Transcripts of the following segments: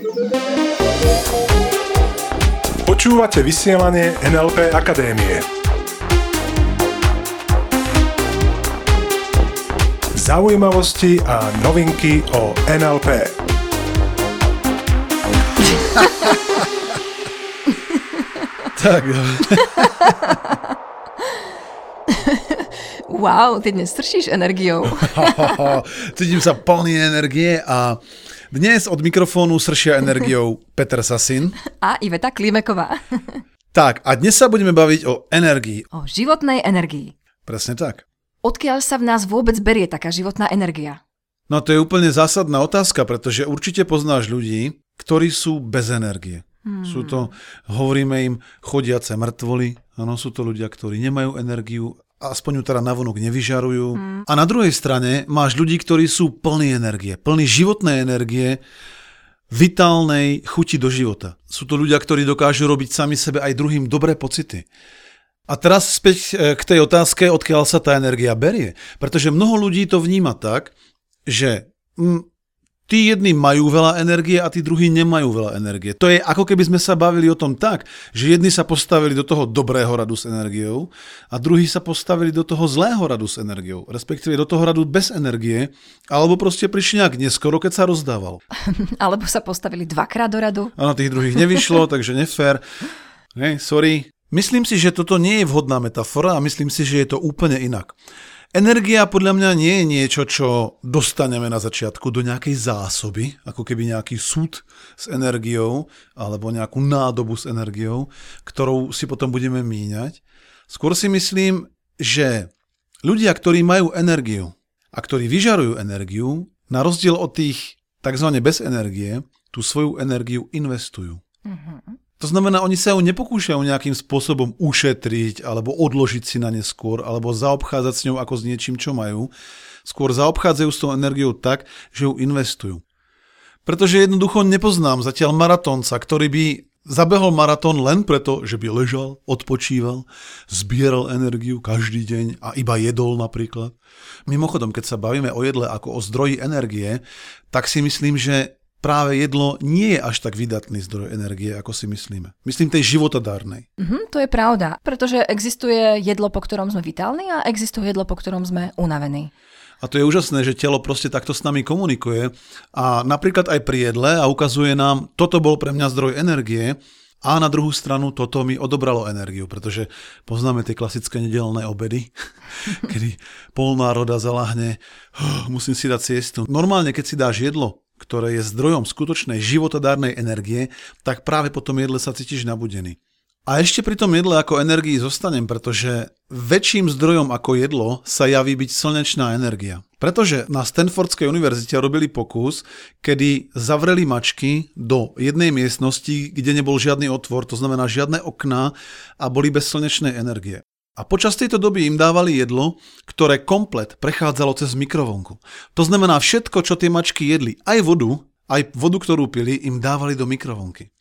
Počúvate vysielanie NLP Akadémie. Zaujímavosti a novinky o NLP. Tak. Wow, ty dnes stršíš energiou. Cítim sa plný energie a dnes od mikrofónu sršia energiou Peter Sasin A Iveta Klimeková. Tak, a dnes sa budeme baviť o energii. O životnej energii. Presne tak. Odkiaľ sa v nás vôbec berie taká životná energia? No to je úplne zásadná otázka, pretože určite poznáš ľudí, ktorí sú bez energie. Sú to, hovoríme im, chodiace mŕtvoly. Áno, sú to ľudia, ktorí nemajú energiu, aspoň ju teda navonok nevyžarujú. A na druhej strane máš ľudí, ktorí sú plní energie, plní životnej energie, vitálnej chuti do života. Sú to ľudia, ktorí dokážu robiť sami sebe aj druhým dobré pocity. A teraz späť k tej otázke, odkiaľ sa tá energia berie. Pretože mnoho ľudí to vníma tak, že tí jedni majú veľa energie a tí druhí nemajú veľa energie. To je ako keby sme sa bavili o tom tak, že jedni sa postavili do toho dobrého radu s energiou a druhí sa postavili do toho zlého radu s energiou. Respektíve do toho radu bez energie, alebo proste prišli nejak neskoro, keď sa rozdával. Alebo sa postavili dvakrát do radu. Áno, tých druhých nevyšlo, takže nefér. Sorry. Myslím si, že toto nie je vhodná metafora a myslím si, že je to úplne inak. Energia podľa mňa nie je niečo, čo dostaneme na začiatku do nejakej zásoby, ako keby nejaký súd s energiou alebo nejakú nádobu s energiou, ktorou si potom budeme míňať. Skôr si myslím, že ľudia, ktorí majú energiu a ktorí vyžarujú energiu, na rozdiel od tých tzv. Bez energie, tú svoju energiu investujú. To znamená, oni sa ju nepokúšajú nejakým spôsobom ušetriť alebo odložiť si na neskôr alebo zaobchádzať s ňou ako s niečím, čo majú. Skôr zaobchádzajú s tou energiou tak, že ju investujú. Pretože jednoducho nepoznám zatiaľ maratónca, ktorý by zabehol maratón len preto, že by ležal, odpočíval, zbieral energiu každý deň a iba jedol napríklad. Mimochodom, keď sa bavíme o jedle ako o zdroji energie, tak si myslím, že práve jedlo nie je až tak vydatný zdroj energie, ako si myslíme. Myslím tej životodárnej. To je pravda, pretože existuje jedlo, po ktorom sme vitálni a existuje jedlo, po ktorom sme unavení. A to je úžasné, že telo proste takto s nami komunikuje a napríklad aj pri jedle a ukazuje nám, toto bol pre mňa zdroj energie a na druhú stranu toto mi odobralo energiu, pretože poznáme tie klasické nedeľné obedy, kedy pol národa zaľahne, musím si dať siestu. Normálne, keď si dáš jedlo, ktoré je zdrojom skutočnej životodárnej energie, tak práve po tom jedle sa cítiš nabudený. A ešte pri tom jedle ako energii zostanem, pretože väčším zdrojom ako jedlo sa javí byť slnečná energia. Pretože na Stanfordskej univerzite robili pokus, kedy zavreli mačky do jednej miestnosti, kde nebol žiadny otvor, to znamená žiadne okná a boli bez slnečnej energie. A počas tejto doby im dávali jedlo, ktoré komplet prechádzalo cez mikrovlnku. To znamená, všetko, čo tie mačky jedli, aj vodu, ktorú pili, im dávali do mikrovlnky.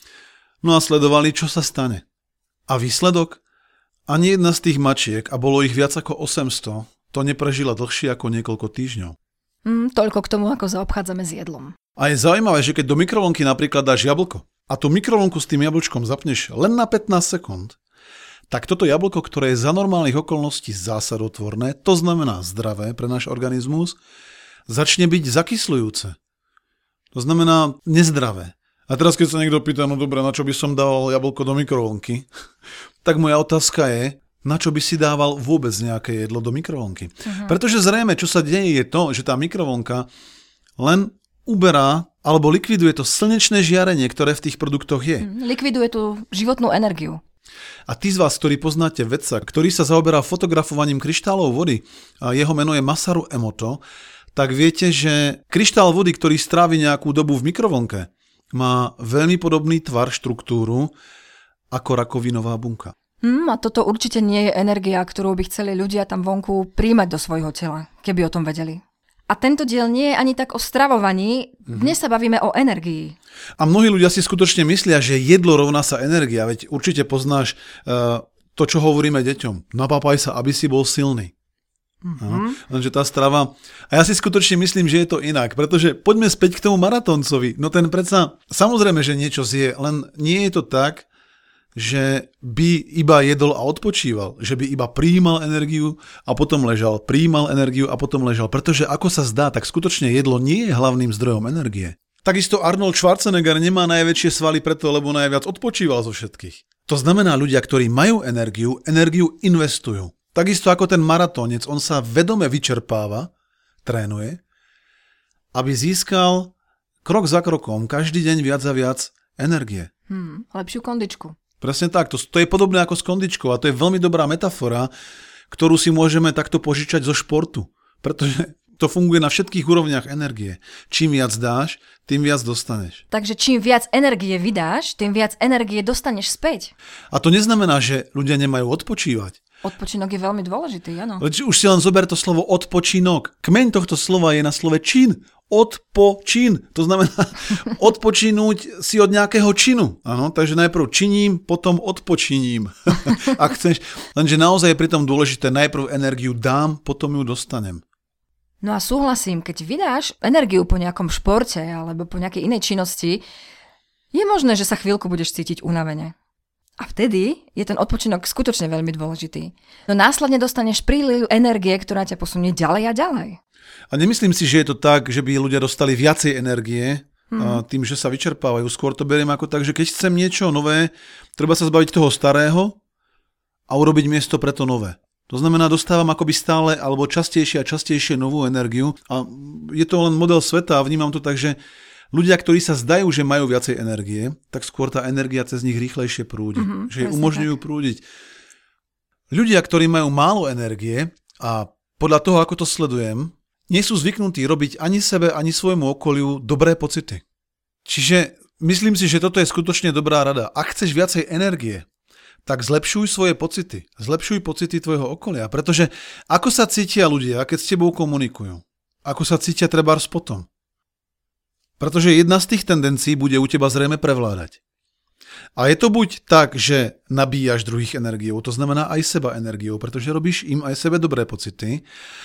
No a sledovali, čo sa stane. A výsledok? Ani jedna z tých mačiek, a bolo ich viac ako 800, to neprežila dlhšie ako niekoľko týždňov. Toľko k tomu, ako zaobchádzame s jedlom. A je zaujímavé, že keď do mikrovlnky napríklad dáš jablko a tú mikrovlnku s tým jablčkom zapneš len na 15 sekúnd, tak toto jablko, ktoré je za normálnych okolností zásadotvorné, to znamená zdravé pre náš organizmus, začne byť zakysľujúce. To znamená nezdravé. A teraz, keď sa niekto pýta, no dobre, na čo by som dával jablko do mikrovlnky, tak moja otázka je, na čo by si dával vôbec nejaké jedlo do mikrovlnky. Pretože zrejme, čo sa deje, je to, že tá mikrovlnka len uberá alebo likviduje to slnečné žiarenie, ktoré v tých produktoch je. Likviduje tú životnú energiu. A tí z vás, ktorí poznáte vedca, ktorý sa zaoberá fotografovaním kryštálov vody, a jeho meno je Masaru Emoto, tak viete, že kryštál vody, ktorý strávi nejakú dobu v mikrovlnke, má veľmi podobný tvar, štruktúru ako rakovinová bunka. A toto určite nie je energia, ktorú by chceli ľudia tam vonku príjmať do svojho tela, keby o tom vedeli. A tento diel nie je ani tak o stravovaní, dnes sa bavíme o energii. A mnohí ľudia si skutočne myslia, že jedlo rovná sa energia, veď určite poznáš to, čo hovoríme deťom. Napápaj sa, aby si bol silný. Lenže tá strava... A ja si skutočne myslím, že je to inak, pretože poďme späť k tomu maratóncovi. No ten predsa, samozrejme, že niečo zje, len nie je to tak, že by iba jedol a odpočíval, že by iba prijímal energiu a potom ležal, prijímal energiu a potom ležal, pretože ako sa zdá, tak skutočne jedlo nie je hlavným zdrojom energie. Takisto Arnold Schwarzenegger nemá najväčšie svaly preto, lebo najviac odpočíval zo všetkých. To znamená, ľudia, ktorí majú energiu investujú. Takisto ako ten maratónec, on sa vedome vyčerpáva, trénuje, aby získal krok za krokom každý deň viac a viac energie. Lepšiu kondičku. Presne tak, to je podobné ako s kondičkou a to je veľmi dobrá metafora, ktorú si môžeme takto požičať zo športu, pretože to funguje na všetkých úrovniach energie. Čím viac dáš, tým viac dostaneš. Takže čím viac energie vydáš, tým viac energie dostaneš späť. A to neznamená, že ľudia nemajú odpočívať. Odpočinok je veľmi dôležitý, áno. Už si len zober to slovo odpočinok. Kmeň tohto slova je na slove čin. Odpočin. To znamená odpočinúť si od nejakého činu. Áno, takže najprv činím, potom odpočiním. Ak chceš. Lenže naozaj je pritom dôležité, najprv energiu dám, potom ju dostanem. No a súhlasím, keď vydáš energiu po nejakom športe alebo po nejakej inej činnosti, je možné, že sa chvíľku budeš cítiť unavene. A vtedy je ten odpočinok skutočne veľmi dôležitý. No následne dostaneš príliv energie, ktorá ťa posunie ďalej a ďalej. A nemyslím si, že je to tak, že by ľudia dostali viacej energie tým, že sa vyčerpávajú. Skôr to beriem ako tak, že keď chcem niečo nové, treba sa zbaviť toho starého a urobiť miesto pre to nové. To znamená, dostávam akoby stále alebo častejšie a častejšie novú energiu. A je to len model sveta a vnímam to tak, že ľudia, ktorí sa zdajú, že majú viacej energie, tak skôr tá energia cez nich rýchlejšie prúdi. Že jej umožňujú prúdiť. Ľudia, ktorí majú málo energie a podľa toho, ako to sledujem, nie sú zvyknutí robiť ani sebe, ani svojmu okoliu dobré pocity. Čiže myslím si, že toto je skutočne dobrá rada. Ak chceš viacej energie, tak zlepšuj svoje pocity. Zlepšuj pocity tvojho okolia. Pretože ako sa cítia ľudia, keď s tebou komunikujú? Ako sa cítia trebárs potom? Pretože jedna z tých tendencií bude u teba zrejme prevládať. A je to buď tak, že nabíjaš druhých energiou, to znamená aj seba energiou, pretože robíš im aj sebe dobré pocity,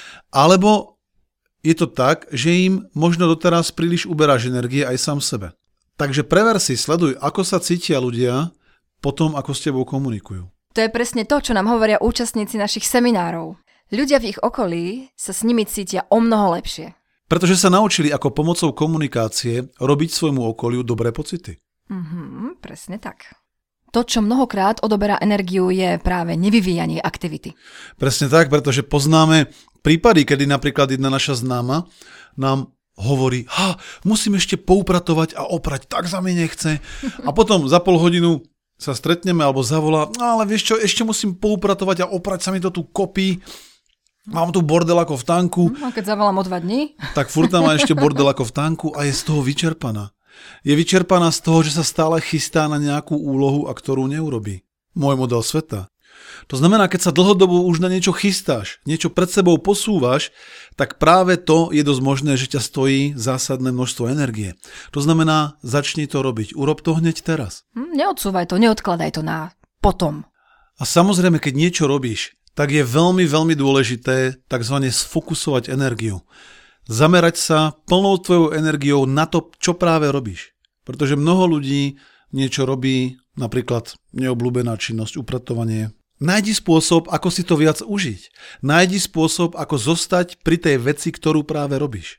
alebo je to tak, že im možno doteraz príliš uberáš energie aj sám sebe. Takže prever si, sleduj, ako sa cítia ľudia potom, ako s tebou komunikujú. To je presne to, čo nám hovoria účastníci našich seminárov. Ľudia v ich okolí sa s nimi cítia omnoho lepšie. Pretože sa naučili, ako pomocou komunikácie robiť svojmu okoliu dobré pocity. Presne tak. To, čo mnohokrát odoberá energiu, je práve nevyvíjanie aktivity. Presne tak, pretože poznáme prípady, kedy napríklad jedna naša známa nám hovorí, musím ešte poupratovať a oprať, tak sa mi nechce. A potom za pol hodinu sa stretneme alebo zavolá, ale vieš čo, ešte musím poupratovať a oprať, sa mi to tu kopí. Mám tu bordel ako v tanku. A keď zavolám o 2 dní? Tak furt tam má ešte bordel ako v tanku a je z toho vyčerpaná. Je vyčerpaná z toho, že sa stále chystá na nejakú úlohu, a ktorú neurobí. Môj model sveta. To znamená, keď sa dlhodobo už na niečo chystáš, niečo pred sebou posúvaš, tak práve to je dosť možné, že ťa stojí zásadné množstvo energie. To znamená, začni to robiť. Urob to hneď teraz. Neodsúvaj to, neodkladaj to na potom. A samozrejme, keď niečo robíš, tak je veľmi, veľmi dôležité takzvané sfokusovať energiu. Zamerať sa plnou tvojou energiou na to, čo práve robíš. Pretože mnoho ľudí niečo robí, napríklad neobľúbená činnosť, upratovanie. Nájdi spôsob, ako si to viac užiť. Nájdi spôsob, ako zostať pri tej veci, ktorú práve robíš.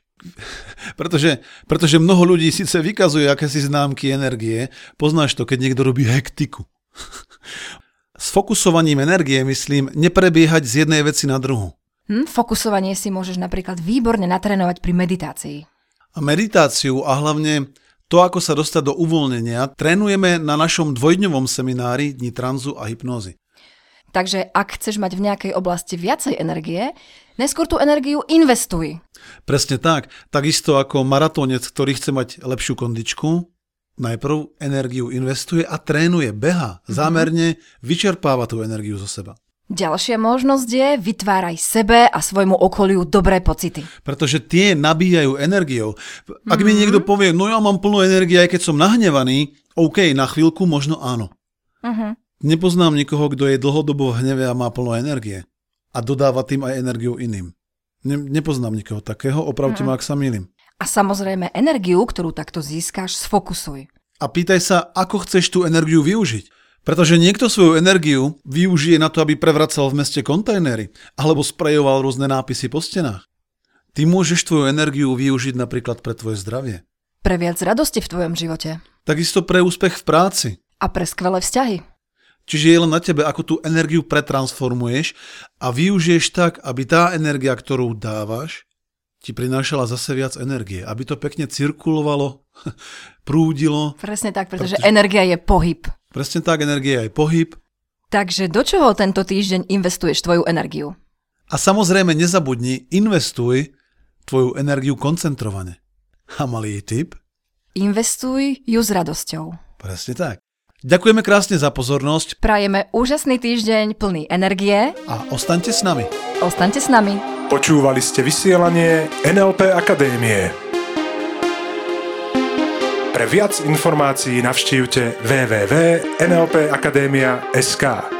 Pretože mnoho ľudí síce vykazuje akési známky energie, poznáš to, keď niekto robí hektiku. S fokusovaním energie, myslím, neprebiehať z jednej veci na druhú. Fokusovanie si môžeš napríklad výborne natrénovať pri meditácii. A meditáciu a hlavne to, ako sa dostať do uvoľnenia, trénujeme na našom dvojdňovom seminári Dni tranzu a hypnózy. Takže ak chceš mať v nejakej oblasti viacej energie, neskôr tú energiu investuj. Presne tak. Takisto ako maratónec, ktorý chce mať lepšiu kondičku, najprv energiu investuje a trénuje, behá, zámerne vyčerpáva tú energiu zo seba. Ďalšia možnosť je vytváraj sebe a svojmu okoliu dobré pocity. Pretože tie nabíjajú energiou. Ak mi niekto povie, no ja mám plnú energie, aj keď som nahnevaný, OK, na chvíľku možno áno. Nepoznám nikoho, kto je dlhodobo v hneve a má plno energie. A dodáva tým aj energiu iným. Nepoznám nikoho takého, opravte ma, ak sa mýlim. A samozrejme energiu, ktorú takto získáš, sfokusuj. A pýtaj sa, ako chceš tú energiu využiť. Pretože niekto svoju energiu využije na to, aby prevracal v meste kontajnery alebo sprejoval rôzne nápisy po stenách. Ty môžeš tvoju energiu využiť napríklad pre tvoje zdravie. Pre viac radosti v tvojom živote. Takisto pre úspech v práci. A pre skvelé vzťahy. Čiže je len na tebe, ako tú energiu pretransformuješ a využiješ tak, aby tá energia, ktorú dávaš, ti prinášala zase viac energie. Aby to pekne cirkulovalo, prúdilo. Presne tak, pretože energia je pohyb. Presne tak, energia je pohyb. Takže do čoho tento týždeň investuješ tvoju energiu? A samozrejme nezabudni, investuj tvoju energiu koncentrovane. A malý tip? Investuj ju s radosťou. Presne tak. Ďakujeme krásne za pozornosť. Prajeme úžasný týždeň plný energie. A ostaňte s nami. Ostaňte s nami. Počúvali ste vysielanie NLP Akadémie. Pre viac informácií navštívte www.nlpakademia.sk.